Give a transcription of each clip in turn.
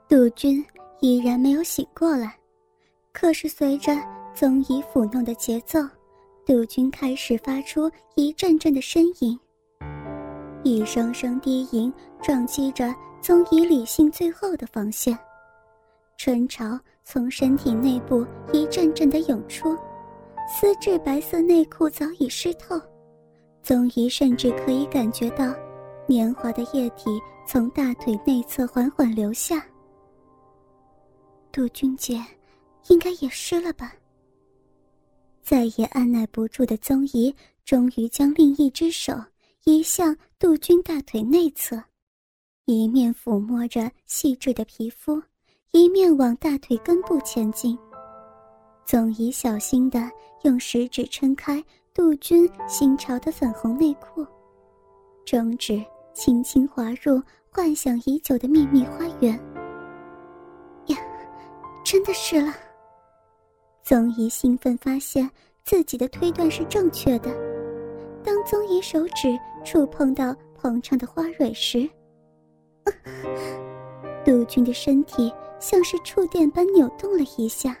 杜鹃依然没有醒过来，可是随着宗仪抚弄的节奏，杜鹃开始发出一阵阵的呻吟，一声声低吟撞击着宗仪理性最后的防线，春潮从身体内部一阵阵的涌出，丝质白色内裤早已湿透，宗仪甚至可以感觉到黏滑的液体从大腿内侧缓缓流下。杜鹃姐应该也湿了吧。再也按捺不住的宗仪终于将另一只手移向杜鹃大腿内侧，一面抚摸着细致的皮肤，一面往大腿根部前进。宗仪小心地用食指撑开杜鹃新潮的粉红内裤，中指轻轻滑入幻想已久的秘密花园。呀，真的湿了！宗仪兴奋发现自己的推断是正确的。当宗仪手指触碰到膨胀的花蕊时，杜鹃的身体像是触电般扭动了一下。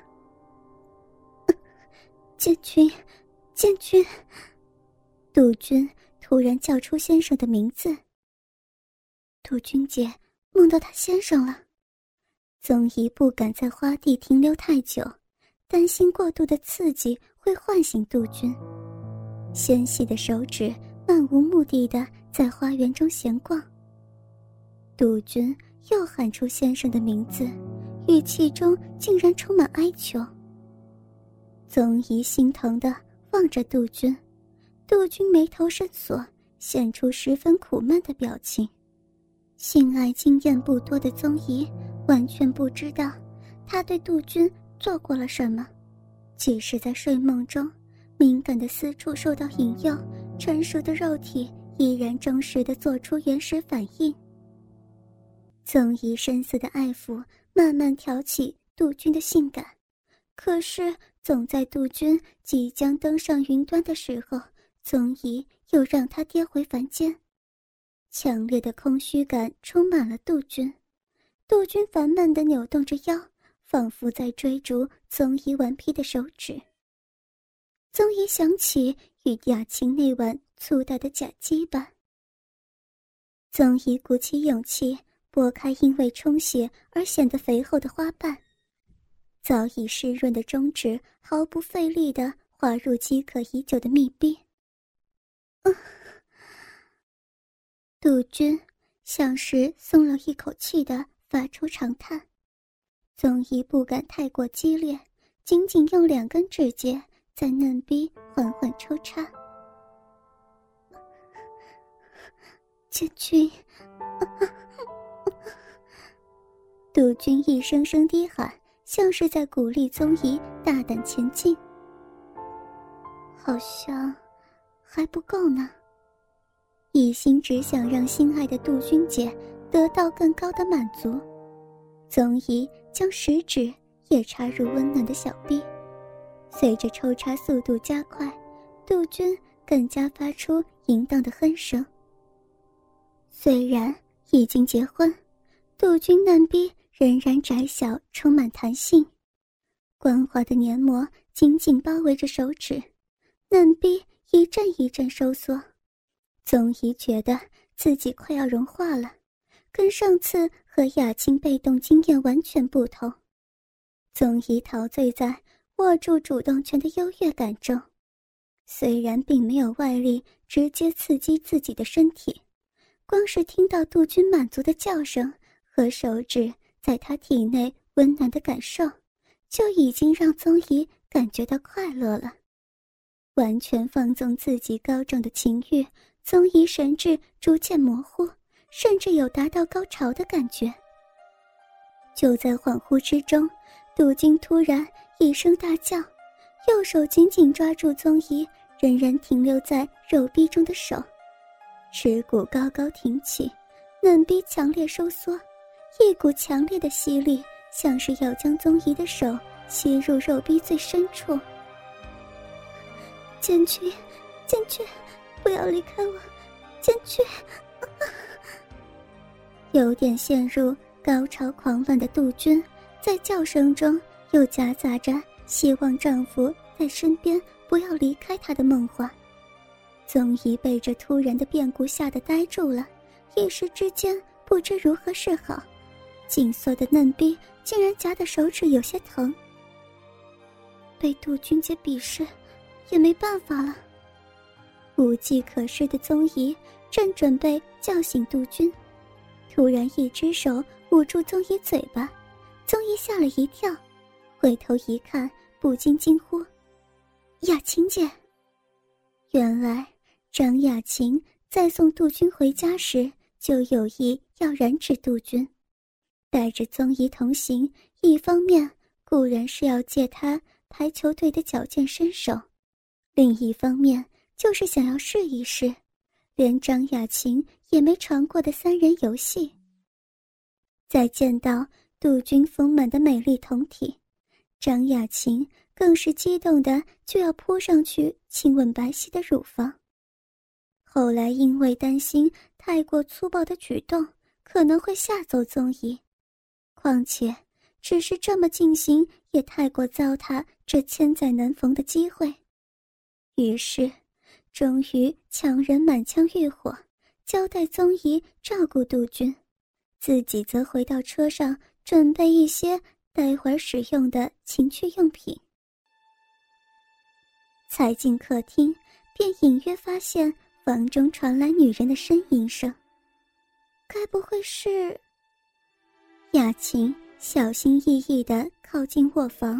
建军，建军！杜鹃突然叫出先生的名字。杜鹃姐梦到她先生了。宗仪不敢在花地停留太久，担心过度的刺激会唤醒杜鹃。纤细的手指漫无目的地在花园中闲逛。杜鹃又喊出先生的名字，语气中竟然充满哀求。宗仪心疼地望着杜鹃，杜鹃眉头深锁，现出十分苦闷的表情。性爱经验不多的宗仪完全不知道他对杜鹃做过了什么，即使在睡梦中，敏感的私处受到引诱，成熟的肉体依然忠实地做出原始反应。宗仪深思的爱抚慢慢挑起杜鹃的性感，可是总在杜鹃即将登上云端的时候，宗仪又让她跌回凡间。强烈的空虚感充满了杜鹃，杜鹃烦闷地扭动着腰，仿佛在追逐宗仪顽皮的手指。宗仪想起与雅琴那晚粗大的假鸡巴，宗仪鼓起勇气拨开因为充血而显得肥厚的花瓣，早已湿润的中指毫不费力地滑入饥渴已久的密闭。杜鹃像是松了一口气地发出长叹。宗仪不敢太过激烈，仅仅用2根指节在嫩逼缓缓抽插。建军！杜鹃一声声低喊，像是在鼓励宗仪大胆前进。好像还不够呢。一心只想让心爱的杜鹃姐得到更高的满足，宗仪将食指也插入温暖的小臂，随着抽插速度加快，杜鹃更加发出淫荡的哼声。虽然已经结婚，杜鹃嫩逼仍然窄小，充满弹性，光滑的黏膜紧紧包围着手指，嫩逼一阵一阵收缩。宗仪觉得自己快要融化了，跟上次和雅琴被动经验完全不同。宗仪陶醉在握住主动权的优越感中，虽然并没有外力直接刺激自己的身体，光是听到杜鹃满足的叫声和手指在他体内温暖的感受，就已经让宗仪感觉到快乐了。完全放纵自己高涨的情欲，宗仪神智逐渐模糊，甚至有达到高潮的感觉。就在恍惚之中，杜鹃突然一声大叫，右手紧紧抓住宗仪仍然停留在肉壁中的手，耻骨高高挺起，嫩逼强烈收缩，一股强烈的吸力像是要将宗仪的手吸入肉壁最深处。建军，建军，不要离开我，建军！有点陷入高潮狂乱的杜鹃，在叫声中又夹杂着希望丈夫在身边不要离开她的梦话。宗仪被这突然的变故吓得呆住了，一时之间不知如何是好，紧缩的嫩臂竟然夹得手指有些疼。被杜鹃姐鄙视，也没办法了。无计可施的宗仪正准备叫醒杜鹃，突然一只手捂住宗仪嘴巴，宗仪吓了一跳，回头一看，不禁惊呼：雅琴姐！原来张雅琴在送杜鹃回家时就有意要染指杜鹃，带着宗仪同行，一方面固然是要借她排球队的矫健身手，另一方面就是想要试一试连张雅琴也没尝过的三人游戏。再见到杜鹃丰满的美丽胴体，张雅琴更是激动的就要扑上去亲吻白皙的乳房。后来因为担心太过粗暴的举动可能会吓走宗仪，况且只是这么进行也太过糟蹋这千载难逢的机会，于是终于强忍满腔欲火，交代宗仪照顾杜鹃，自己则回到车上准备一些待会儿使用的情趣用品。才进客厅，便隐约发现房中传来女人的呻吟声，该不会是……雅琴小心翼翼地靠近卧房，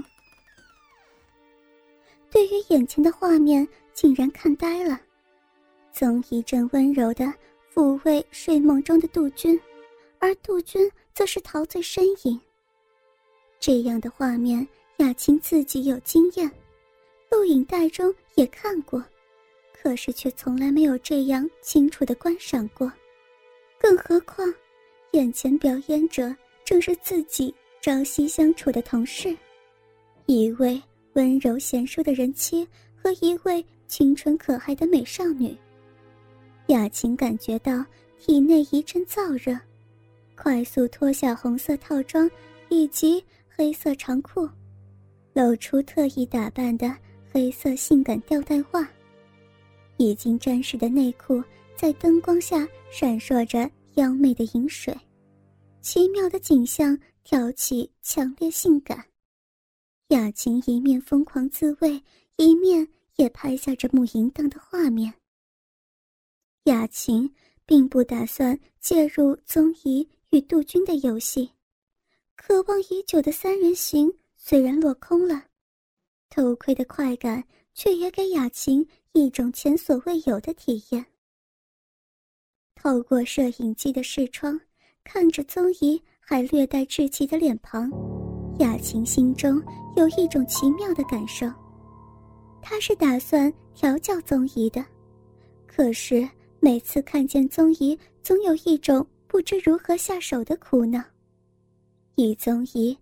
对于眼前的画面竟然看呆了。宗仪正温柔地抚慰睡梦中的杜鹃，而杜鹃则是陶醉呻吟。这样的画面雅琴自己有经验，录影带中也看过，可是却从来没有这样清楚地观赏过。更何况眼前表演者正是自己朝夕相处的同事，一位温柔贤淑的人妻和一位清纯可爱的美少女。雅琴感觉到体内一阵燥热，快速脱下红色套装以及黑色长裤，露出特意打扮的黑色性感吊带袜，已经沾湿的内裤在灯光下闪烁着妖媚的银水，奇妙的景象挑起强烈性感。雅琴一面疯狂自慰，一面也拍下这幕淫荡的画面。雅琴并不打算介入宗仪与杜鹃的游戏，渴望已久的三人行虽然落空了，偷窥的快感却也给雅琴一种前所未有的体验。透过摄影机的视窗，看着宗仪还略带稚气的脸庞，雅琴心中有一种奇妙的感受。她是打算调教宗仪的，可是每次看见宗仪，总有一种不知如何下手的苦恼。以宗仪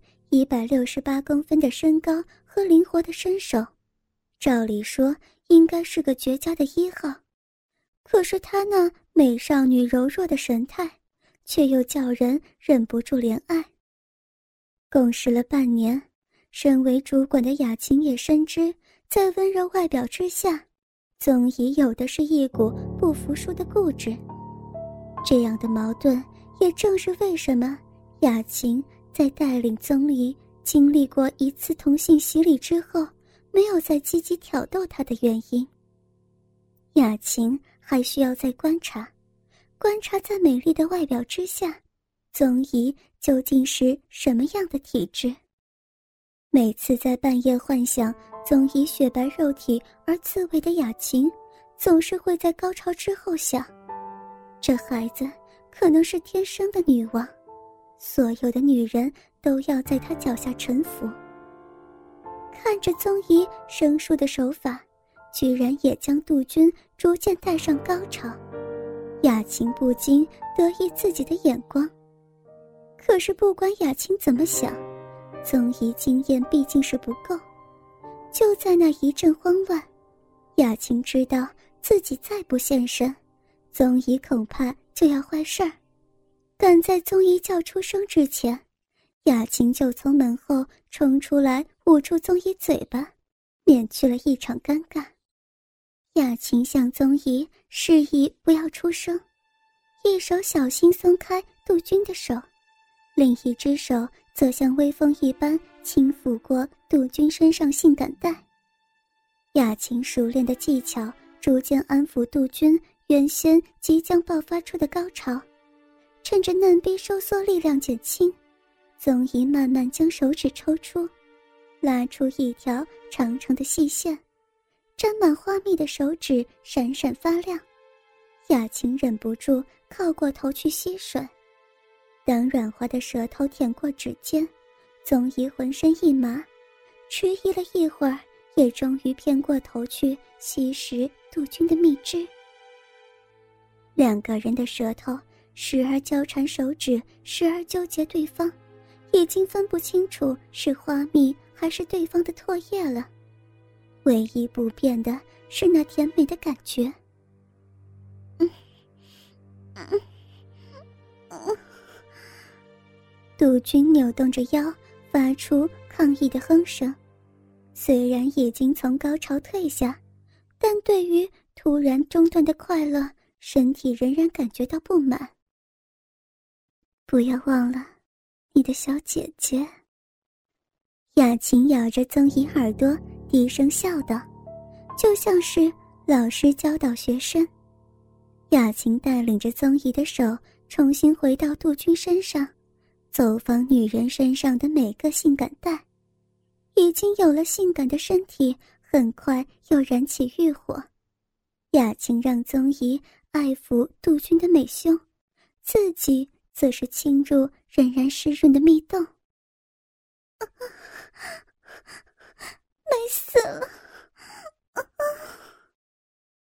168公分的身高和灵活的身手，照理说应该是个绝佳的1号，可是她那美少女柔弱的神态却又叫人忍不住怜爱。共事了半年，身为主管的雅琴也深知，在温柔外表之下，宗仪有的是一股不服输的固执。这样的矛盾也正是为什么雅琴在带领宗仪经历过一次同性洗礼之后，没有再积极挑逗他的原因。雅琴还需要再观察在美丽的外表之下，宗仪究竟是什么样的体质。每次在半夜幻想宗仪雪白肉体而自慰的雅琴，总是会在高潮之后想，这孩子可能是天生的女王，所有的女人都要在她脚下臣服。看着宗仪生疏的手法，居然也将杜鹃逐渐带上高潮，雅琴不禁得意自己的眼光。可是不管雅琴怎么想，宗仪经验毕竟是不够。就在那一阵慌乱，雅琴知道自己再不现身，宗仪恐怕就要坏事儿。 赶在宗仪叫出声之前，雅琴就从门后冲出来，捂住宗仪嘴巴，免去了一场尴尬。雅琴向宗仪示意不要出声，一手小心松开杜鹃的手，另一只手则像微风一般轻抚过杜鹃身上性感带。雅琴熟练的技巧逐渐安抚杜鹃原先即将爆发出的高潮，趁着嫩逼收缩力量减轻，宗仪慢慢将手指抽出，拉出一条长长的细线，沾满花蜜的手指闪闪发亮。雅琴忍不住靠过头去吸水，当软滑的舌头舔过指尖，宗仪浑身一麻，迟疑了一会儿，也终于偏过头去吸食杜鹃的蜜汁。两个人的舌头时而交缠手指，时而纠结对方，已经分不清楚是花蜜还是对方的唾液了。唯一不变的是那甜美的感觉。杜鹃扭动着腰，发出抗议的哼声。虽然已经从高潮退下，但对于突然中断的快乐，身体仍然感觉到不满。不要忘了你的小姐姐。雅琴咬着宗仪耳朵低声笑道，就像是老师教导学生。雅琴带领着宗仪的手重新回到杜鹃身上，走访女人身上的每个性感带。已经有了性感的身体，很快又燃起欲火。雅琴让宗仪爱抚杜鹃的美胸，自己则是侵入仍然湿润的蜜洞。